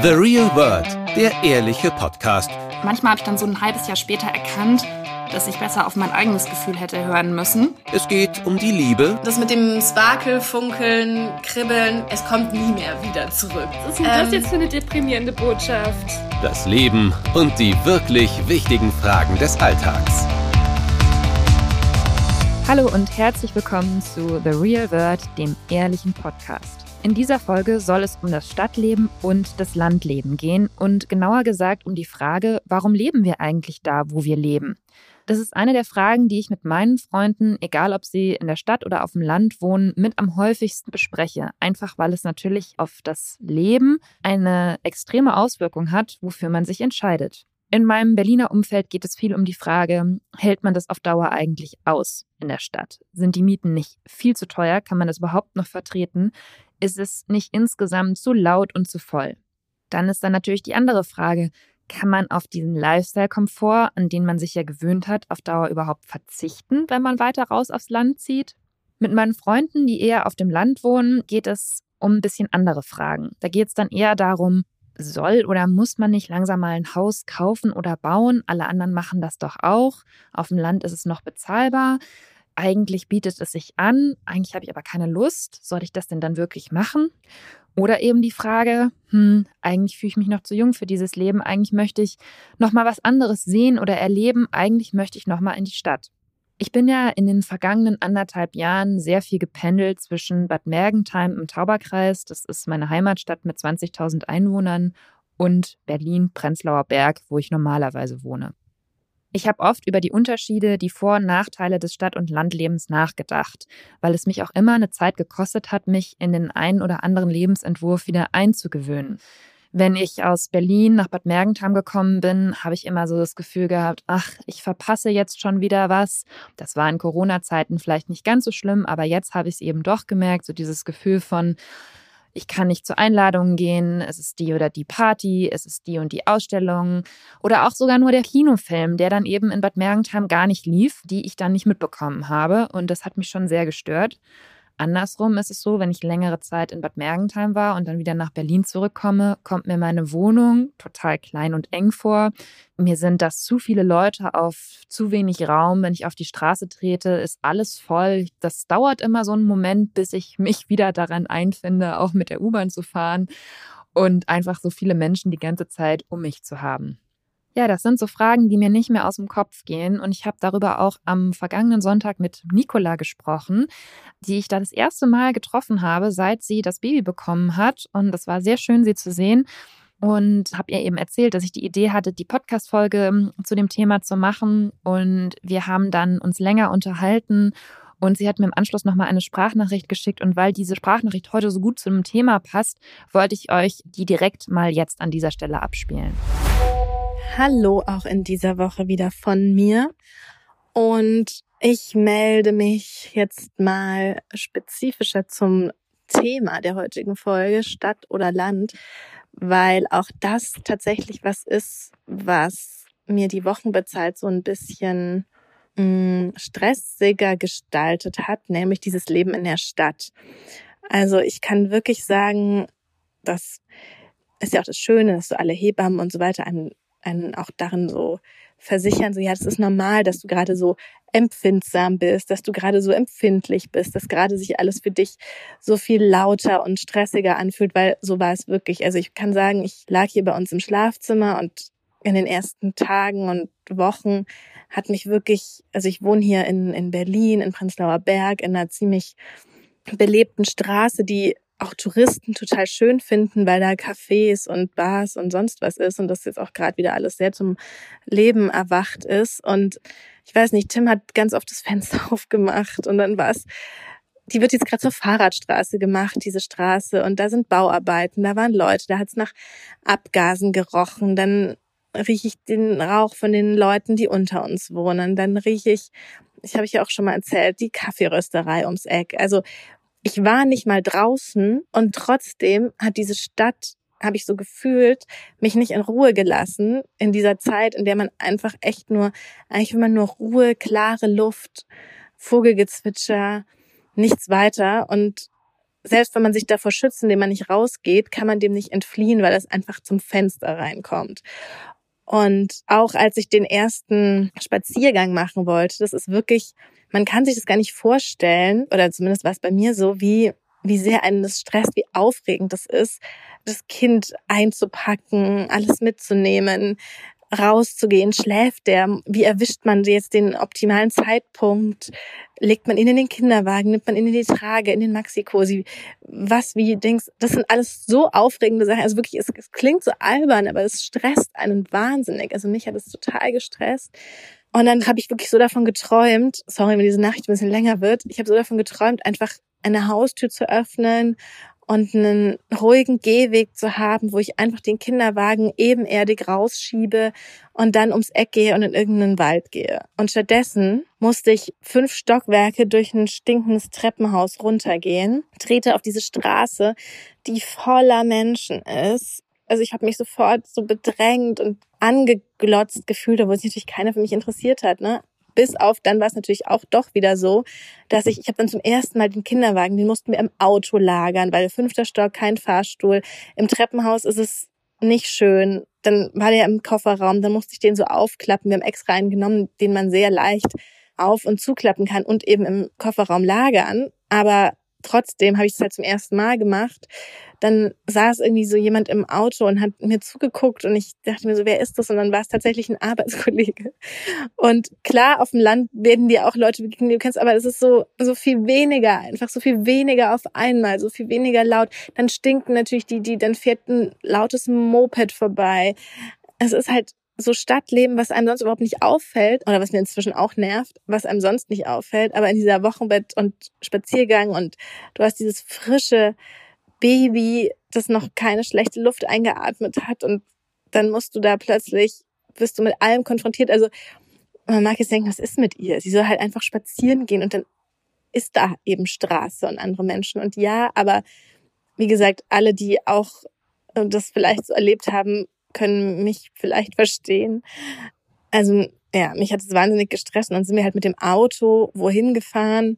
The Real World, der ehrliche Podcast. Manchmal habe ich dann so ein halbes Jahr später erkannt, dass ich besser auf mein eigenes Gefühl hätte hören müssen. Es geht um die Liebe. Das mit dem Sparkel, Funkeln, Kribbeln, es kommt nie mehr wieder zurück. Was ist denn das jetzt für eine deprimierende Botschaft? Das Leben und die wirklich wichtigen Fragen des Alltags. Hallo und herzlich willkommen zu The Real World, dem ehrlichen Podcast. In dieser Folge soll es um das Stadtleben und das Landleben gehen und genauer gesagt um die Frage, warum leben wir eigentlich da, wo wir leben? Das ist eine der Fragen, die ich mit meinen Freunden, egal ob sie in der Stadt oder auf dem Land wohnen, mit am häufigsten bespreche. Einfach weil es natürlich auf das Leben eine extreme Auswirkung hat, wofür man sich entscheidet. In meinem Berliner Umfeld geht es viel um die Frage, hält man das auf Dauer eigentlich aus in der Stadt? Sind die Mieten nicht viel zu teuer? Kann man das überhaupt noch vertreten? Ist es nicht insgesamt zu laut und zu voll? Dann ist dann natürlich die andere Frage, kann man auf diesen Lifestyle-Komfort, an den man sich ja gewöhnt hat, auf Dauer überhaupt verzichten, wenn man weiter raus aufs Land zieht? Mit meinen Freunden, die eher auf dem Land wohnen, geht es um ein bisschen andere Fragen. Da geht es dann eher darum, soll oder muss man nicht langsam mal ein Haus kaufen oder bauen? Alle anderen machen das doch auch. Auf dem Land ist es noch bezahlbar. Eigentlich bietet es sich an. Eigentlich habe ich aber keine Lust. Soll ich das denn dann wirklich machen? Oder eben die Frage, eigentlich fühle ich mich noch zu jung für dieses Leben. Eigentlich möchte ich noch mal was anderes sehen oder erleben. Eigentlich möchte ich noch mal in die Stadt. Ich bin ja in den vergangenen 1,5 Jahren sehr viel gependelt zwischen Bad Mergentheim im Tauberkreis, das ist meine Heimatstadt mit 20.000 Einwohnern, und Berlin-Prenzlauer Berg, wo ich normalerweise wohne. Ich habe oft über die Unterschiede, die Vor- und Nachteile des Stadt- und Landlebens nachgedacht, weil es mich auch immer eine Zeit gekostet hat, mich in den einen oder anderen Lebensentwurf wieder einzugewöhnen. Wenn ich aus Berlin nach Bad Mergentheim gekommen bin, habe ich immer so das Gefühl gehabt, ich verpasse jetzt schon wieder was. Das war in Corona-Zeiten vielleicht nicht ganz so schlimm, aber jetzt habe ich es eben doch gemerkt, so dieses Gefühl von, ich kann nicht zu Einladungen gehen, es ist die oder die Party, es ist die und die Ausstellung oder auch sogar nur der Kinofilm, der dann eben in Bad Mergentheim gar nicht lief, die ich dann nicht mitbekommen habe, und das hat mich schon sehr gestört. Andersrum ist es so, wenn ich längere Zeit in Bad Mergentheim war und dann wieder nach Berlin zurückkomme, kommt mir meine Wohnung total klein und eng vor. Mir sind das zu viele Leute auf zu wenig Raum. Wenn ich auf die Straße trete, ist alles voll. Das dauert immer so einen Moment, bis ich mich wieder daran einfinde, auch mit der U-Bahn zu fahren und einfach so viele Menschen die ganze Zeit um mich zu haben. Ja, das sind so Fragen, die mir nicht mehr aus dem Kopf gehen. Und ich habe darüber auch am vergangenen Sonntag mit Nicola gesprochen, die ich da das erste Mal getroffen habe, seit sie das Baby bekommen hat. Und es war sehr schön, sie zu sehen. Und habe ihr eben erzählt, dass ich die Idee hatte, die Podcast-Folge zu dem Thema zu machen. Und wir haben dann uns länger unterhalten. Und sie hat mir im Anschluss nochmal eine Sprachnachricht geschickt. Und weil diese Sprachnachricht heute so gut zu dem Thema passt, wollte ich euch die direkt mal jetzt an dieser Stelle abspielen. Hallo auch in dieser Woche wieder von mir, und ich melde mich jetzt mal spezifischer zum Thema der heutigen Folge, Stadt oder Land, weil auch das tatsächlich was ist, was mir die Wochenbezeit so ein bisschen stressiger gestaltet hat, nämlich dieses Leben in der Stadt. Also ich kann wirklich sagen, das ist ja auch das Schöne, dass so alle Hebammen und so weiter einen auch darin so versichern, so ja, das ist normal, dass du gerade so empfindsam bist, dass du gerade so empfindlich bist, dass gerade sich alles für dich so viel lauter und stressiger anfühlt, weil so war es wirklich. Also ich kann sagen, ich lag hier bei uns im Schlafzimmer und in den ersten Tagen und Wochen hat mich wirklich, also ich wohne hier in Berlin, in Prenzlauer Berg, in einer ziemlich belebten Straße, die auch Touristen total schön finden, weil da Cafés und Bars und sonst was ist und das jetzt auch gerade wieder alles sehr zum Leben erwacht ist. Und ich weiß nicht, Tim hat ganz oft das Fenster aufgemacht und dann war es, die wird jetzt gerade zur Fahrradstraße gemacht, diese Straße, und da sind Bauarbeiten, da waren Leute, da hat es nach Abgasen gerochen, dann rieche ich den Rauch von den Leuten, die unter uns wohnen, dann rieche ich habe ich ja auch schon mal erzählt, die Kaffeerösterei ums Eck. Also ich war nicht mal draußen und trotzdem hat diese Stadt, habe ich so gefühlt, mich nicht in Ruhe gelassen in dieser Zeit, in der man einfach echt eigentlich will man nur Ruhe, klare Luft, Vogelgezwitscher, nichts weiter. Und selbst wenn man sich davor schützt, indem man nicht rausgeht, kann man dem nicht entfliehen, weil es einfach zum Fenster reinkommt. Und auch als ich den ersten Spaziergang machen wollte, das ist wirklich, man kann sich das gar nicht vorstellen, oder zumindest war es bei mir so, wie sehr einen das stresst, wie aufregend das ist, das Kind einzupacken, alles mitzunehmen, rauszugehen, schläft der, wie erwischt man jetzt den optimalen Zeitpunkt, legt man ihn in den Kinderwagen, nimmt man ihn in die Trage, in den Maxi-Cosi, das sind alles so aufregende Sachen, also wirklich, es klingt so albern, aber es stresst einen wahnsinnig, also mich hat es total gestresst. Und dann habe ich wirklich so davon geträumt, sorry, wenn diese Nachricht ein bisschen länger wird, ich habe so davon geträumt, einfach eine Haustür zu öffnen und einen ruhigen Gehweg zu haben, wo ich einfach den Kinderwagen ebenerdig rausschiebe und dann ums Eck gehe und in irgendeinen Wald gehe. Und stattdessen musste ich 5 Stockwerke durch ein stinkendes Treppenhaus runtergehen, trete auf diese Straße, die voller Menschen ist. Also ich habe mich sofort so bedrängt und angeglotzt gefühlt, obwohl sich natürlich keiner für mich interessiert hat, ne? Bis auf, dann war es natürlich auch doch wieder so, dass ich habe dann zum ersten Mal den Kinderwagen, den mussten wir im Auto lagern, weil 5. Stock, kein Fahrstuhl. Im Treppenhaus ist es nicht schön. Dann war der im Kofferraum, dann musste ich den so aufklappen. Wir haben extra einen genommen, den man sehr leicht auf- und zuklappen kann und eben im Kofferraum lagern. Aber trotzdem habe ich es halt zum ersten Mal gemacht. Dann saß irgendwie so jemand im Auto und hat mir zugeguckt und ich dachte mir so, wer ist das? Und dann war es tatsächlich ein Arbeitskollege. Und klar, auf dem Land werden dir auch Leute begegnen, die du kennst, aber es ist so viel weniger, einfach so viel weniger auf einmal, so viel weniger laut. Dann stinken natürlich dann fährt ein lautes Moped vorbei. Es ist halt so Stadtleben, was einem sonst überhaupt nicht auffällt oder was mir inzwischen auch nervt, was einem sonst nicht auffällt, aber in dieser Wochenbett- und Spaziergang und du hast dieses frische Baby, das noch keine schlechte Luft eingeatmet hat und dann bist du mit allem konfrontiert. Also man mag jetzt denken, was ist mit ihr? Sie soll halt einfach spazieren gehen und dann ist da eben Straße und andere Menschen. Und ja, aber wie gesagt, alle, die auch das vielleicht so erlebt haben, können mich vielleicht verstehen. Also ja, mich hat es wahnsinnig gestresst und dann sind wir halt mit dem Auto wohin gefahren,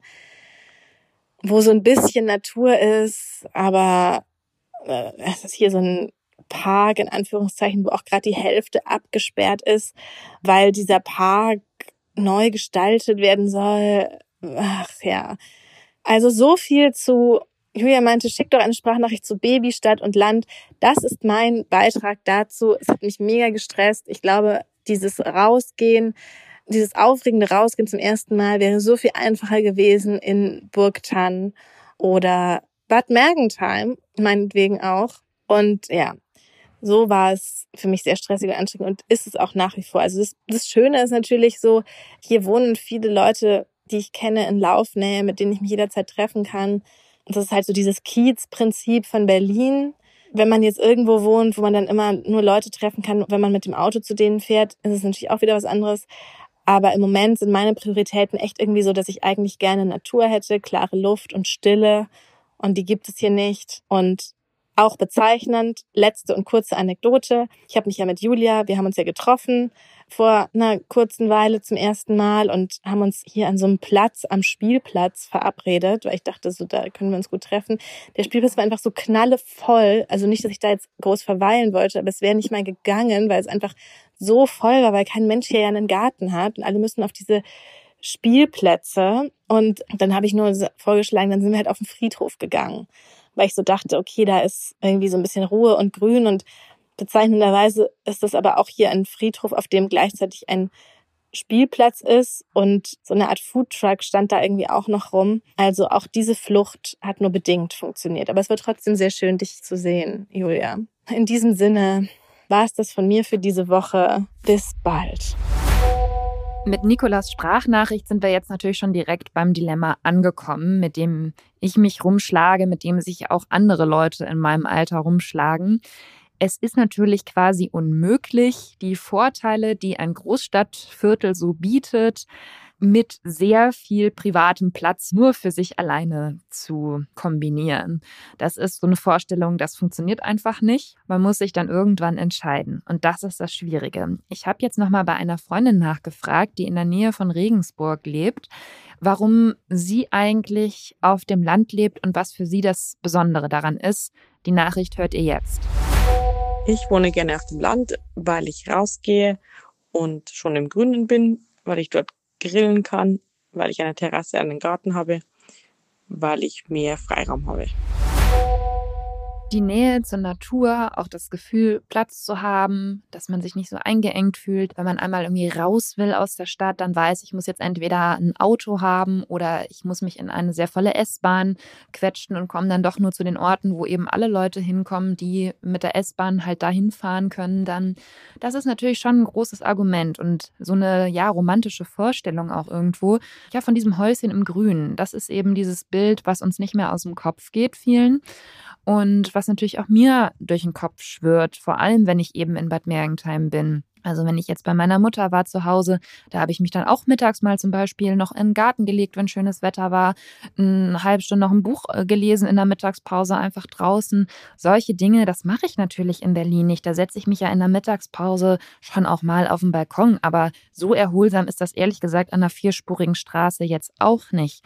wo so ein bisschen Natur ist, aber es ist hier so ein Park, in Anführungszeichen, wo auch gerade die Hälfte abgesperrt ist, weil dieser Park neu gestaltet werden soll. Ach ja, also so viel zu, Julia meinte, schick doch eine Sprachnachricht zu Baby, Stadt und Land. Das ist mein Beitrag dazu. Es hat mich mega gestresst. Ich glaube, dieses Rausgehen, dieses aufregende Rausgehen zum ersten Mal wäre so viel einfacher gewesen in Burgthann oder Bad Mergentheim, meinetwegen auch. Und ja, so war es für mich sehr stressig und anstrengend und ist es auch nach wie vor. Also das Schöne ist natürlich so, hier wohnen viele Leute, die ich kenne in Laufnähe, mit denen ich mich jederzeit treffen kann. Und das ist halt so dieses Kiez-Prinzip von Berlin. Wenn man jetzt irgendwo wohnt, wo man dann immer nur Leute treffen kann, wenn man mit dem Auto zu denen fährt, ist es natürlich auch wieder was anderes. Aber im Moment sind meine Prioritäten echt irgendwie so, dass ich eigentlich gerne Natur hätte, klare Luft und Stille. Und die gibt es hier nicht. Und auch bezeichnend, letzte und kurze Anekdote. Ich habe mich ja mit Julia, wir haben uns ja getroffen vor einer kurzen Weile zum ersten Mal und haben uns hier an so einem Platz, am Spielplatz verabredet, weil ich dachte, so da können wir uns gut treffen. Der Spielplatz war einfach so knallevoll. Also nicht, dass ich da jetzt groß verweilen wollte, aber es wäre nicht mal gegangen, weil es einfach so voll war, weil kein Mensch hier ja einen Garten hat und alle müssen auf diese Spielplätze. Und dann habe ich nur vorgeschlagen, dann sind wir halt auf den Friedhof gegangen, weil ich so dachte, okay, da ist irgendwie so ein bisschen Ruhe und Grün und bezeichnenderweise ist das aber auch hier ein Friedhof, auf dem gleichzeitig ein Spielplatz ist und so eine Art Foodtruck stand da irgendwie auch noch rum. Also auch diese Flucht hat nur bedingt funktioniert. Aber es war trotzdem sehr schön, dich zu sehen, Julia. In diesem Sinne war es das von mir für diese Woche. Bis bald. Mit Nicolas Sprachnachricht sind wir jetzt natürlich schon direkt beim Dilemma angekommen, mit dem ich mich rumschlage, mit dem sich auch andere Leute in meinem Alter rumschlagen. Es ist natürlich quasi unmöglich, die Vorteile, die ein Großstadtviertel so bietet, mit sehr viel privatem Platz nur für sich alleine zu kombinieren. Das ist so eine Vorstellung, das funktioniert einfach nicht. Man muss sich dann irgendwann entscheiden. Und das ist das Schwierige. Ich habe jetzt nochmal bei einer Freundin nachgefragt, die in der Nähe von Regensburg lebt. warum sie eigentlich auf dem Land lebt und was für sie das Besondere daran ist. Die Nachricht hört ihr jetzt. Ich wohne gerne auf dem Land, weil ich rausgehe und schon im Grünen bin, weil ich dort grillen kann, weil ich eine Terrasse an den Garten habe, weil ich mehr Freiraum habe. Die Nähe zur Natur, auch das Gefühl, Platz zu haben, dass man sich nicht so eingeengt fühlt. Wenn man einmal irgendwie raus will aus der Stadt, dann weiß ich, muss jetzt entweder ein Auto haben oder ich muss mich in eine sehr volle S-Bahn quetschen und komme dann doch nur zu den Orten, wo eben alle Leute hinkommen, die mit der S-Bahn halt dahin fahren können. Dann, das ist natürlich schon ein großes Argument und so eine romantische Vorstellung auch irgendwo. Ja, von diesem Häuschen im Grünen. Das ist eben dieses Bild, was uns nicht mehr aus dem Kopf geht, vielen. Und was natürlich auch mir durch den Kopf schwirrt, vor allem wenn ich eben in Bad Mergentheim bin. Also wenn ich jetzt bei meiner Mutter war zu Hause, da habe ich mich dann auch mittags mal zum Beispiel noch in den Garten gelegt, wenn schönes Wetter war, eine halbe Stunde noch ein Buch gelesen in der Mittagspause, einfach draußen. Solche Dinge, das mache ich natürlich in Berlin nicht. Da setze ich mich ja in der Mittagspause schon auch mal auf den Balkon. Aber so erholsam ist das ehrlich gesagt an einer 4-spurigen Straße jetzt auch nicht.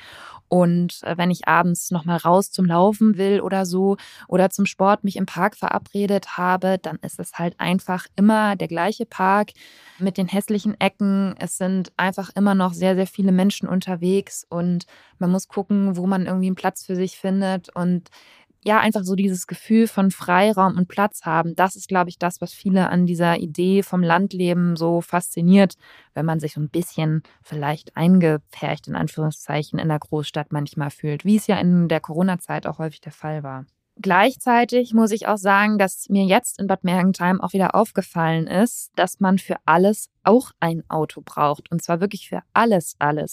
Und wenn ich abends noch mal raus zum Laufen will oder so oder zum Sport mich im Park verabredet habe, dann ist es halt einfach immer der gleiche Park mit den hässlichen Ecken. Es sind einfach immer noch sehr, sehr viele Menschen unterwegs und man muss gucken, wo man irgendwie einen Platz für sich findet und ja, einfach so dieses Gefühl von Freiraum und Platz haben, das ist, glaube ich, das, was viele an dieser Idee vom Landleben so fasziniert, wenn man sich so ein bisschen vielleicht eingepfercht, in Anführungszeichen, in der Großstadt manchmal fühlt, wie es ja in der Corona-Zeit auch häufig der Fall war. Gleichzeitig muss ich auch sagen, dass mir jetzt in Bad Mergentheim auch wieder aufgefallen ist, dass man für alles auch ein Auto braucht. Und zwar wirklich für alles.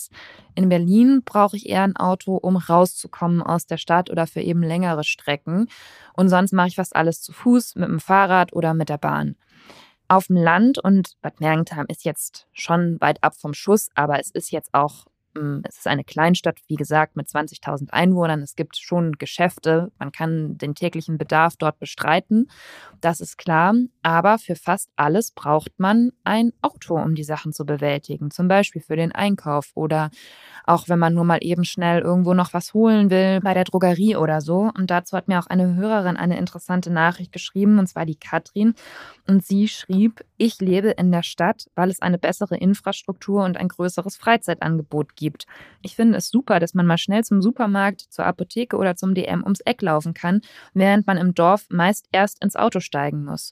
In Berlin brauche ich eher ein Auto, um rauszukommen aus der Stadt oder für eben längere Strecken. Und sonst mache ich fast alles zu Fuß, mit dem Fahrrad oder mit der Bahn. Auf dem Land, und Bad Mergentheim ist jetzt schon weit ab vom Schuss, aber es ist jetzt auch es ist eine Kleinstadt, wie gesagt, mit 20.000 Einwohnern. Es gibt schon Geschäfte. Man kann den täglichen Bedarf dort bestreiten. Das ist klar. Aber für fast alles braucht man ein Auto, um die Sachen zu bewältigen. Zum Beispiel für den Einkauf oder auch wenn man nur mal eben schnell irgendwo noch was holen will, bei der Drogerie oder so. Und dazu hat mir auch eine Hörerin eine interessante Nachricht geschrieben, und zwar die Katrin. Und sie schrieb: Ich lebe in der Stadt, weil es eine bessere Infrastruktur und ein größeres Freizeitangebot gibt. Ich finde es super, dass man mal schnell zum Supermarkt, zur Apotheke oder zum DM ums Eck laufen kann, während man im Dorf meist erst ins Auto steigen muss.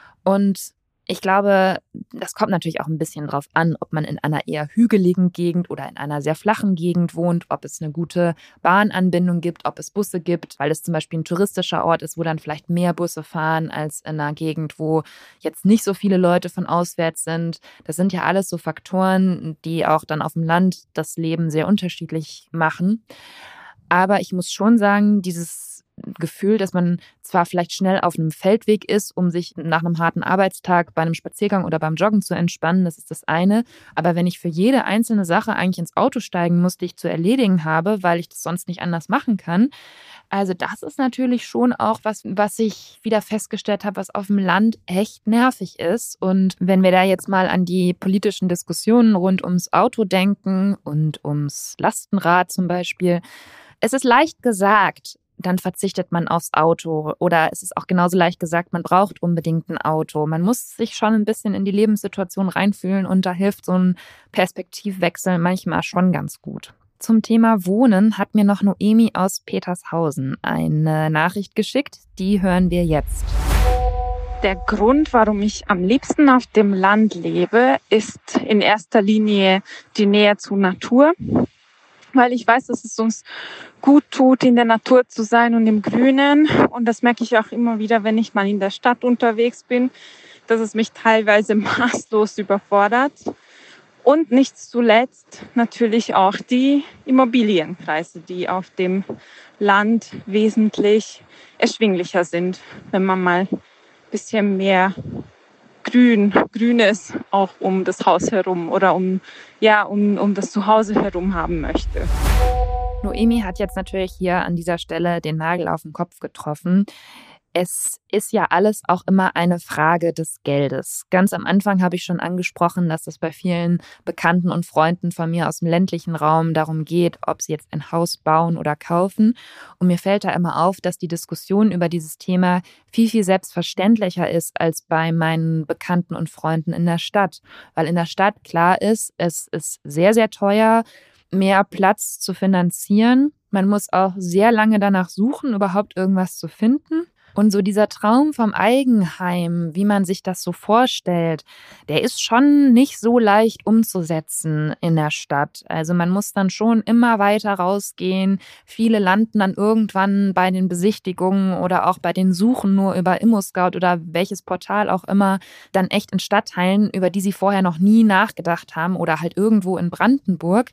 Und ich glaube, das kommt natürlich auch ein bisschen drauf an, ob man in einer eher hügeligen Gegend oder in einer sehr flachen Gegend wohnt, ob es eine gute Bahnanbindung gibt, ob es Busse gibt, weil es zum Beispiel ein touristischer Ort ist, wo dann vielleicht mehr Busse fahren als in einer Gegend, wo jetzt nicht so viele Leute von auswärts sind. Das sind ja alles so Faktoren, die auch dann auf dem Land das Leben sehr unterschiedlich machen. Aber ich muss schon sagen, dieses Gefühl, dass man zwar vielleicht schnell auf einem Feldweg ist, um sich nach einem harten Arbeitstag bei einem Spaziergang oder beim Joggen zu entspannen, das ist das eine. Aber wenn ich für jede einzelne Sache eigentlich ins Auto steigen muss, die ich zu erledigen habe, weil ich das sonst nicht anders machen kann, also das ist natürlich schon auch was ich wieder festgestellt habe, was auf dem Land echt nervig ist. Und wenn wir da jetzt mal an die politischen Diskussionen rund ums Auto denken und ums Lastenrad zum Beispiel, es ist leicht gesagt, dann verzichtet man aufs Auto. Oder es ist auch genauso leicht gesagt, man braucht unbedingt ein Auto. Man muss sich schon ein bisschen in die Lebenssituation reinfühlen und da hilft so ein Perspektivwechsel manchmal schon ganz gut. Zum Thema Wohnen hat mir noch Noemi aus Petershausen eine Nachricht geschickt. Die hören wir jetzt. Der Grund, warum ich am liebsten auf dem Land lebe, ist in erster Linie die Nähe zur Natur. Weil ich weiß, dass es uns gut tut, in der Natur zu sein und im Grünen. Und das merke ich auch immer wieder, wenn ich mal in der Stadt unterwegs bin, dass es mich teilweise maßlos überfordert. Und nicht zuletzt natürlich auch die Immobilienpreise, die auf dem Land wesentlich erschwinglicher sind, wenn man mal ein bisschen mehr Grünes auch um das Haus herum oder um das Zuhause herum haben möchte. Noemi hat jetzt natürlich hier an dieser Stelle den Nagel auf den Kopf getroffen. Es ist ja alles auch immer eine Frage des Geldes. Ganz am Anfang habe ich schon angesprochen, dass es bei vielen Bekannten und Freunden von mir aus dem ländlichen Raum darum geht, ob sie jetzt ein Haus bauen oder kaufen. Und mir fällt da immer auf, dass die Diskussion über dieses Thema viel, viel selbstverständlicher ist als bei meinen Bekannten und Freunden in der Stadt. Weil in der Stadt klar ist, es ist sehr, sehr teuer, mehr Platz zu finanzieren. Man muss auch sehr lange danach suchen, überhaupt irgendwas zu finden. Und so dieser Traum vom Eigenheim, wie man sich das so vorstellt, der ist schon nicht so leicht umzusetzen in der Stadt. Also man muss dann schon immer weiter rausgehen. Viele landen dann irgendwann bei den Besichtigungen oder auch bei den Suchen nur über ImmoScout oder welches Portal auch immer dann echt in Stadtteilen, über die sie vorher noch nie nachgedacht haben oder halt irgendwo in Brandenburg,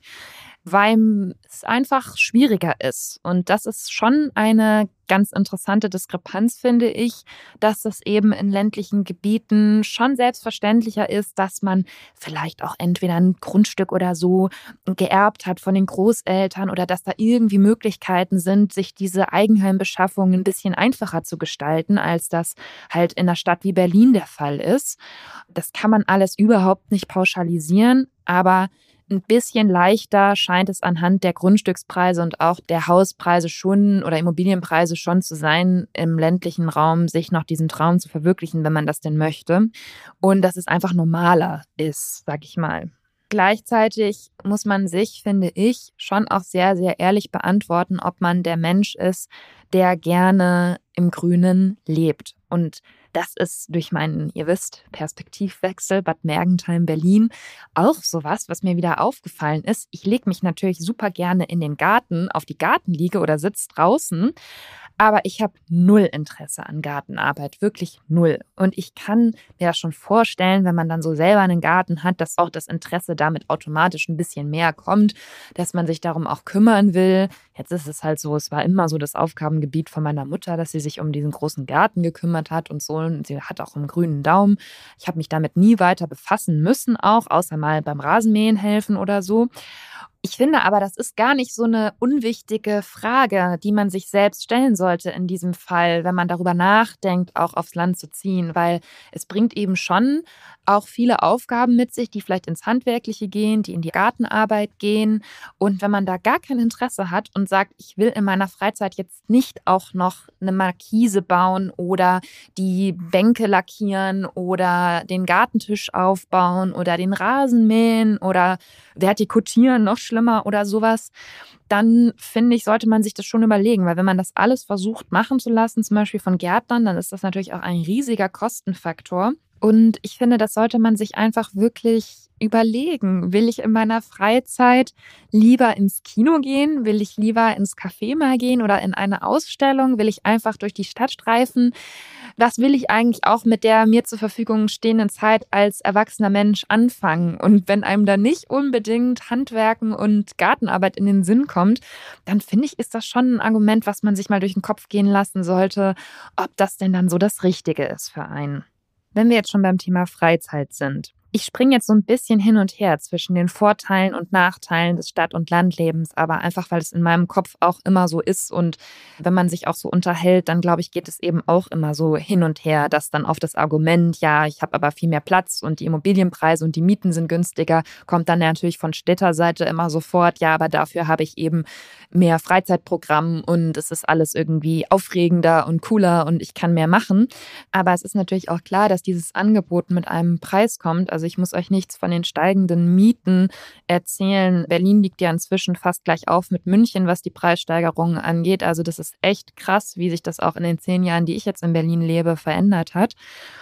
weil es einfach schwieriger ist. Und das ist schon eine ganz interessante Diskrepanz, finde ich, dass es eben in ländlichen Gebieten schon selbstverständlicher ist, dass man vielleicht auch entweder ein Grundstück oder so geerbt hat von den Großeltern oder dass da irgendwie Möglichkeiten sind, sich diese Eigenheimbeschaffung ein bisschen einfacher zu gestalten, als das halt in einer Stadt wie Berlin der Fall ist. Das kann man alles überhaupt nicht pauschalisieren, aber ein bisschen leichter scheint es anhand der Grundstückspreise und auch der Hauspreise schon oder Immobilienpreise schon zu sein, im ländlichen Raum sich noch diesen Traum zu verwirklichen, wenn man das denn möchte. Und dass es einfach normaler ist, sag ich mal. Gleichzeitig muss man sich, finde ich, schon auch sehr, sehr ehrlich beantworten, ob man der Mensch ist, der gerne im Grünen lebt. Und das ist durch meinen, ihr wisst, Perspektivwechsel Bad Mergentheim, Berlin auch sowas, was mir wieder aufgefallen ist. Ich lege mich natürlich super gerne in den Garten, auf die Gartenliege oder sitze draußen, aber ich habe null Interesse an Gartenarbeit, wirklich null. Und ich kann mir das schon vorstellen, wenn man dann so selber einen Garten hat, dass auch das Interesse damit automatisch ein bisschen mehr kommt, dass man sich darum auch kümmern will. Jetzt ist es halt so, es war immer so das Aufgabengebiet von meiner Mutter, dass sie sich um diesen großen Garten gekümmert hat und so. Und sie hat auch einen grünen Daumen. Ich habe mich damit nie weiter befassen müssen, auch außer mal beim Rasenmähen helfen oder so. Ich finde aber, das ist gar nicht so eine unwichtige Frage, die man sich selbst stellen sollte in diesem Fall, wenn man darüber nachdenkt, auch aufs Land zu ziehen, weil es bringt eben schon auch viele Aufgaben mit sich, die vielleicht ins Handwerkliche gehen, die in die Gartenarbeit gehen. Und wenn man da gar kein Interesse hat und sagt, ich will in meiner Freizeit jetzt nicht auch noch eine Markise bauen oder die Bänke lackieren oder den Gartentisch aufbauen oder den Rasen mähen oder vertikutieren, noch schlimmer oder sowas, dann finde ich, sollte man sich das schon überlegen, weil wenn man das alles versucht machen zu lassen, zum Beispiel von Gärtnern, dann ist das natürlich auch ein riesiger Kostenfaktor. Und ich finde, das sollte man sich einfach wirklich überlegen. Will ich in meiner Freizeit lieber ins Kino gehen? Will ich lieber ins Café mal gehen oder in eine Ausstellung? Will ich einfach durch die Stadt streifen? Was will ich eigentlich auch mit der mir zur Verfügung stehenden Zeit als erwachsener Mensch anfangen? Und wenn einem da nicht unbedingt Handwerken und Gartenarbeit in den Sinn kommt, dann finde ich, ist das schon ein Argument, was man sich mal durch den Kopf gehen lassen sollte, ob das denn dann so das Richtige ist für einen. Wenn wir jetzt schon beim Thema Freizeit sind. Ich springe jetzt so ein bisschen hin und her zwischen den Vorteilen und Nachteilen des Stadt- und Landlebens, aber einfach, weil es in meinem Kopf auch immer so ist und wenn man sich auch so unterhält, dann glaube ich, geht es eben auch immer so hin und her, dass dann auf das Argument, ja, ich habe aber viel mehr Platz und die Immobilienpreise und die Mieten sind günstiger, kommt dann natürlich von Städterseite immer sofort, ja, aber dafür habe ich eben mehr Freizeitprogramm und es ist alles irgendwie aufregender und cooler und ich kann mehr machen. Aber es ist natürlich auch klar, dass dieses Angebot mit einem Preis kommt. Also ich muss euch nichts von den steigenden Mieten erzählen. Berlin liegt ja inzwischen fast gleich auf mit München, was die Preissteigerungen angeht. Also das ist echt krass, wie sich das auch in den 10 Jahren, die ich jetzt in Berlin lebe, verändert hat.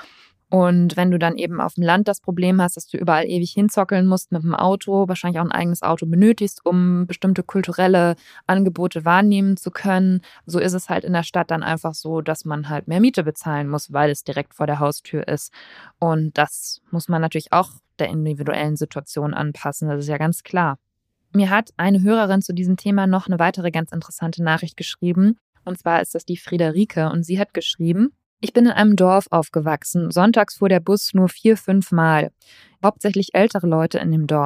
Und wenn du dann eben auf dem Land das Problem hast, dass du überall ewig hinzockeln musst mit dem Auto, wahrscheinlich auch ein eigenes Auto benötigst, um bestimmte kulturelle Angebote wahrnehmen zu können, so ist es halt in der Stadt dann einfach so, dass man halt mehr Miete bezahlen muss, weil es direkt vor der Haustür ist. Und das muss man natürlich auch der individuellen Situation anpassen, das ist ja ganz klar. Mir hat eine Hörerin zu diesem Thema noch eine weitere ganz interessante Nachricht geschrieben. Und zwar ist das die Friederike und sie hat geschrieben: Ich bin in einem Dorf aufgewachsen. Sonntags fuhr der Bus nur 4-5 Mal. Hauptsächlich ältere Leute in dem Dorf.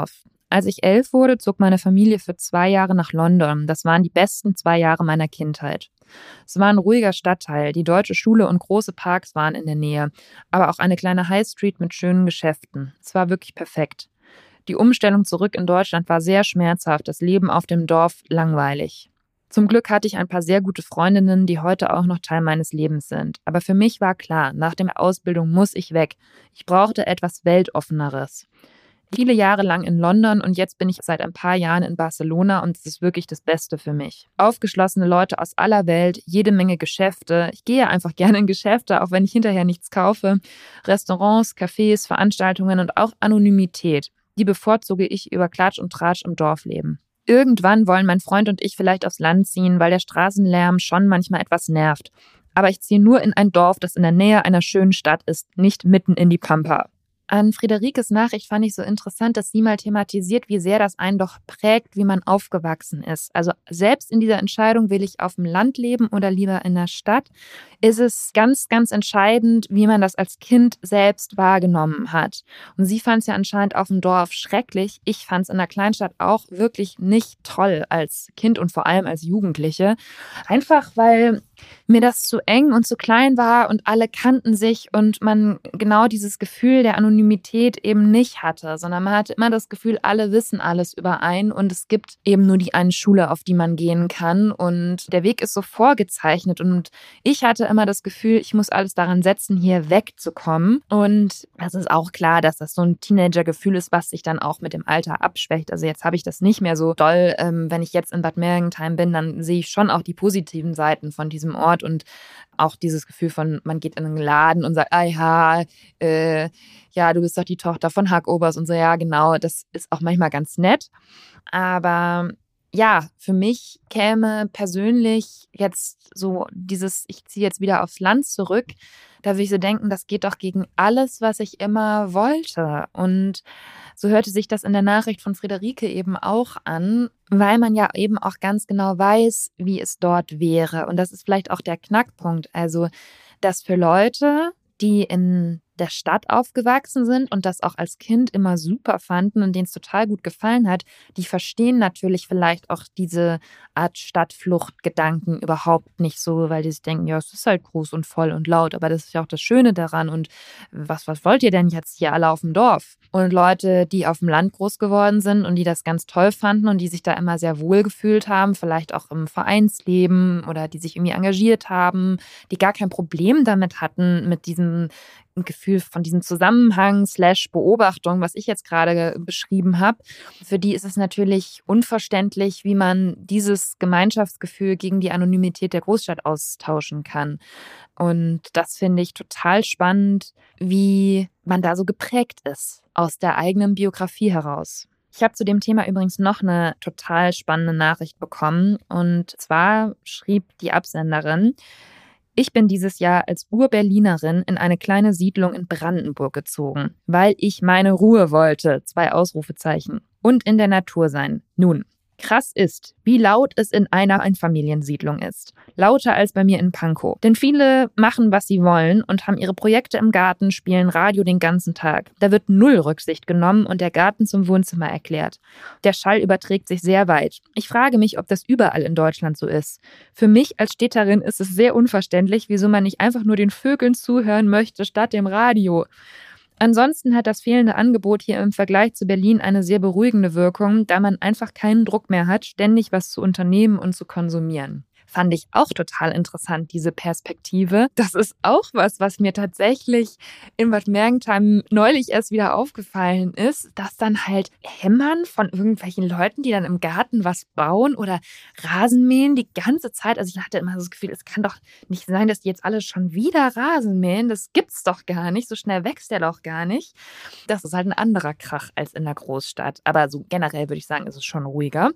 Als ich 11 wurde, zog meine Familie für 2 Jahre nach London. Das waren die besten 2 Jahre meiner Kindheit. Es war ein ruhiger Stadtteil, die deutsche Schule und große Parks waren in der Nähe, aber auch eine kleine High Street mit schönen Geschäften. Es war wirklich perfekt. Die Umstellung zurück in Deutschland war sehr schmerzhaft, das Leben auf dem Dorf langweilig. Zum Glück hatte ich ein paar sehr gute Freundinnen, die heute auch noch Teil meines Lebens sind. Aber für mich war klar, nach der Ausbildung muss ich weg. Ich brauchte etwas Weltoffeneres. Viele Jahre lang in London und jetzt bin ich seit ein paar Jahren in Barcelona und es ist wirklich das Beste für mich. Aufgeschlossene Leute aus aller Welt, jede Menge Geschäfte. Ich gehe einfach gerne in Geschäfte, auch wenn ich hinterher nichts kaufe. Restaurants, Cafés, Veranstaltungen und auch Anonymität. Die bevorzuge ich über Klatsch und Tratsch im Dorfleben. Irgendwann wollen mein Freund und ich vielleicht aufs Land ziehen, weil der Straßenlärm schon manchmal etwas nervt. Aber ich ziehe nur in ein Dorf, das in der Nähe einer schönen Stadt ist, nicht mitten in die Pampa. An Friederikes Nachricht fand ich so interessant, dass sie mal thematisiert, wie sehr das einen doch prägt, wie man aufgewachsen ist. Also selbst in dieser Entscheidung, will ich auf dem Land leben oder lieber in der Stadt, ist es ganz, ganz entscheidend, wie man das als Kind selbst wahrgenommen hat. Und sie fand es ja anscheinend auf dem Dorf schrecklich. Ich fand es in der Kleinstadt auch wirklich nicht toll als Kind und vor allem als Jugendliche. Einfach, weil mir das zu eng und zu klein war und alle kannten sich und man genau dieses Gefühl der Anonymität eben nicht hatte, sondern man hatte immer das Gefühl, alle wissen alles über einen und es gibt eben nur die eine Schule, auf die man gehen kann und der Weg ist so vorgezeichnet und ich hatte immer das Gefühl, ich muss alles daran setzen, hier wegzukommen und das ist auch klar, dass das so ein Teenager-Gefühl ist, was sich dann auch mit dem Alter abschwächt. Also jetzt habe ich das nicht mehr so doll, wenn ich jetzt in Bad Mergentheim bin, dann sehe ich schon auch die positiven Seiten von diesem Ort und auch dieses Gefühl von, man geht in einen Laden und sagt, ja, du bist doch die Tochter von Hackobers und so, ja, genau, das ist auch manchmal ganz nett. Aber ja, für mich käme persönlich jetzt so dieses, ich ziehe jetzt wieder aufs Land zurück, da würde ich so denken, das geht doch gegen alles, was ich immer wollte. Und so hörte sich das in der Nachricht von Friederike eben auch an, weil man ja eben auch ganz genau weiß, wie es dort wäre. Und das ist vielleicht auch der Knackpunkt. Also, dass für Leute, die in der Stadt aufgewachsen sind und das auch als Kind immer super fanden und denen es total gut gefallen hat, die verstehen natürlich vielleicht auch diese Art Stadtfluchtgedanken überhaupt nicht so, weil die sich denken, ja, es ist halt groß und voll und laut, aber das ist ja auch das Schöne daran und was wollt ihr denn jetzt hier alle auf dem Dorf? Und Leute, die auf dem Land groß geworden sind und die das ganz toll fanden und die sich da immer sehr wohl gefühlt haben, vielleicht auch im Vereinsleben oder die sich irgendwie engagiert haben, die gar kein Problem damit hatten, mit diesem Gefühl von diesem Zusammenhang / Beobachtung, was ich jetzt gerade beschrieben habe. Für die ist es natürlich unverständlich, wie man dieses Gemeinschaftsgefühl gegen die Anonymität der Großstadt austauschen kann. Und das finde ich total spannend, wie man da so geprägt ist aus der eigenen Biografie heraus. Ich habe zu dem Thema übrigens noch eine total spannende Nachricht bekommen. Und zwar schrieb die Absenderin: Ich bin dieses Jahr als Ur-Berlinerin in eine kleine Siedlung in Brandenburg gezogen, weil ich meine Ruhe wollte, 2 Ausrufezeichen, und in der Natur sein. Nun, krass ist, wie laut es in einer Einfamiliensiedlung ist. Lauter als bei mir in Pankow. Denn viele machen, was sie wollen und haben ihre Projekte im Garten, spielen Radio den ganzen Tag. Da wird 0 Rücksicht genommen und der Garten zum Wohnzimmer erklärt. Der Schall überträgt sich sehr weit. Ich frage mich, ob das überall in Deutschland so ist. Für mich als Städterin ist es sehr unverständlich, wieso man nicht einfach nur den Vögeln zuhören möchte, statt dem Radio. Ansonsten hat das fehlende Angebot hier im Vergleich zu Berlin eine sehr beruhigende Wirkung, da man einfach keinen Druck mehr hat, ständig was zu unternehmen und zu konsumieren. Fand ich auch total interessant, diese Perspektive. Das ist auch was mir tatsächlich in Bad Mergentheim neulich erst wieder aufgefallen ist, dass dann halt Hämmern von irgendwelchen Leuten, die dann im Garten was bauen oder Rasen mähen die ganze Zeit. Also ich hatte immer so das Gefühl, es kann doch nicht sein, dass die jetzt alle schon wieder Rasen mähen. Das gibt's doch gar nicht. So schnell wächst der doch gar nicht. Das ist halt ein anderer Krach als in der Großstadt. Aber so generell würde ich sagen, ist es schon ruhiger.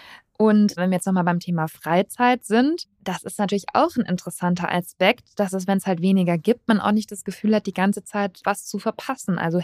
Und wenn wir jetzt nochmal beim Thema Freizeit sind, das ist natürlich auch ein interessanter Aspekt, dass es, wenn es halt weniger gibt, man auch nicht das Gefühl hat, die ganze Zeit was zu verpassen. Also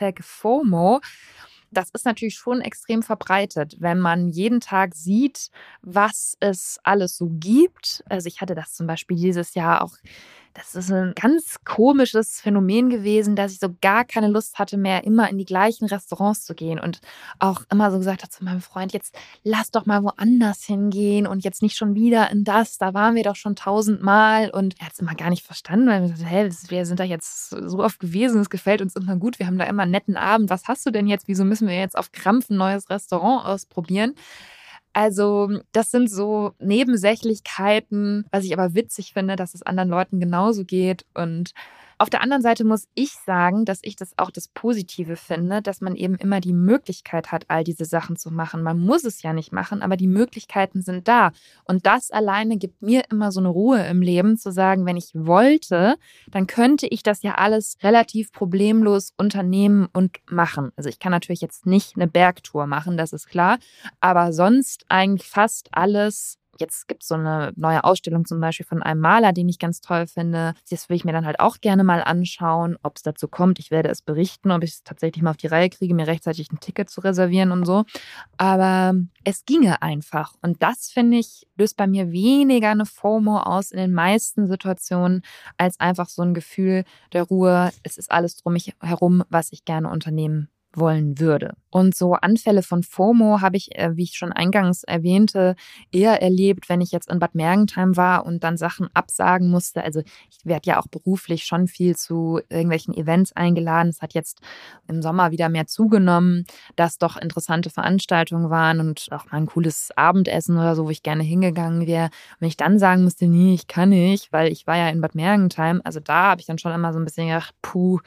#FOMO, das ist natürlich schon extrem verbreitet, wenn man jeden Tag sieht, was es alles so gibt. Also ich hatte das zum Beispiel dieses Jahr auch das ist ein ganz komisches Phänomen gewesen, dass ich so gar keine Lust hatte mehr, immer in die gleichen Restaurants zu gehen und auch immer so gesagt habe zu meinem Freund, jetzt lass doch mal woanders hingehen und jetzt nicht schon wieder in das, da waren wir doch schon 1000-mal und er hat es immer gar nicht verstanden, weil wir gesagt, wir sind da jetzt so oft gewesen, es gefällt uns immer gut, wir haben da immer einen netten Abend, was hast du denn jetzt, wieso müssen wir jetzt auf Krampf ein neues Restaurant ausprobieren? Also das sind so Nebensächlichkeiten, was ich aber witzig finde, dass es anderen Leuten genauso geht. Und auf der anderen Seite muss ich sagen, dass ich das auch das Positive finde, dass man eben immer die Möglichkeit hat, all diese Sachen zu machen. Man muss es ja nicht machen, aber die Möglichkeiten sind da. Und das alleine gibt mir immer so eine Ruhe im Leben, zu sagen, wenn ich wollte, dann könnte ich das ja alles relativ problemlos unternehmen und machen. Also ich kann natürlich jetzt nicht eine Bergtour machen, das ist klar, aber sonst eigentlich fast alles. Jetzt gibt es so eine neue Ausstellung zum Beispiel von einem Maler, den ich ganz toll finde. Das will ich mir dann halt auch gerne mal anschauen, ob es dazu kommt. Ich werde es berichten, ob ich es tatsächlich mal auf die Reihe kriege, mir rechtzeitig ein Ticket zu reservieren und so. Aber es ginge einfach. Und das, finde ich, löst bei mir weniger eine FOMO aus in den meisten Situationen, als einfach so ein Gefühl der Ruhe. Es ist alles drum mich herum, was ich gerne unternehmen wollen würde. Und so Anfälle von FOMO habe ich, wie ich schon eingangs erwähnte, eher erlebt, wenn ich jetzt in Bad Mergentheim war und dann Sachen absagen musste. Also ich werde ja auch beruflich schon viel zu irgendwelchen Events eingeladen. Es hat jetzt im Sommer wieder mehr zugenommen, dass doch interessante Veranstaltungen waren und auch mal ein cooles Abendessen oder so, wo ich gerne hingegangen wäre. Wenn ich dann sagen musste, nee, ich kann nicht, weil ich war ja in Bad Mergentheim. Also da habe ich dann schon immer so ein bisschen gedacht,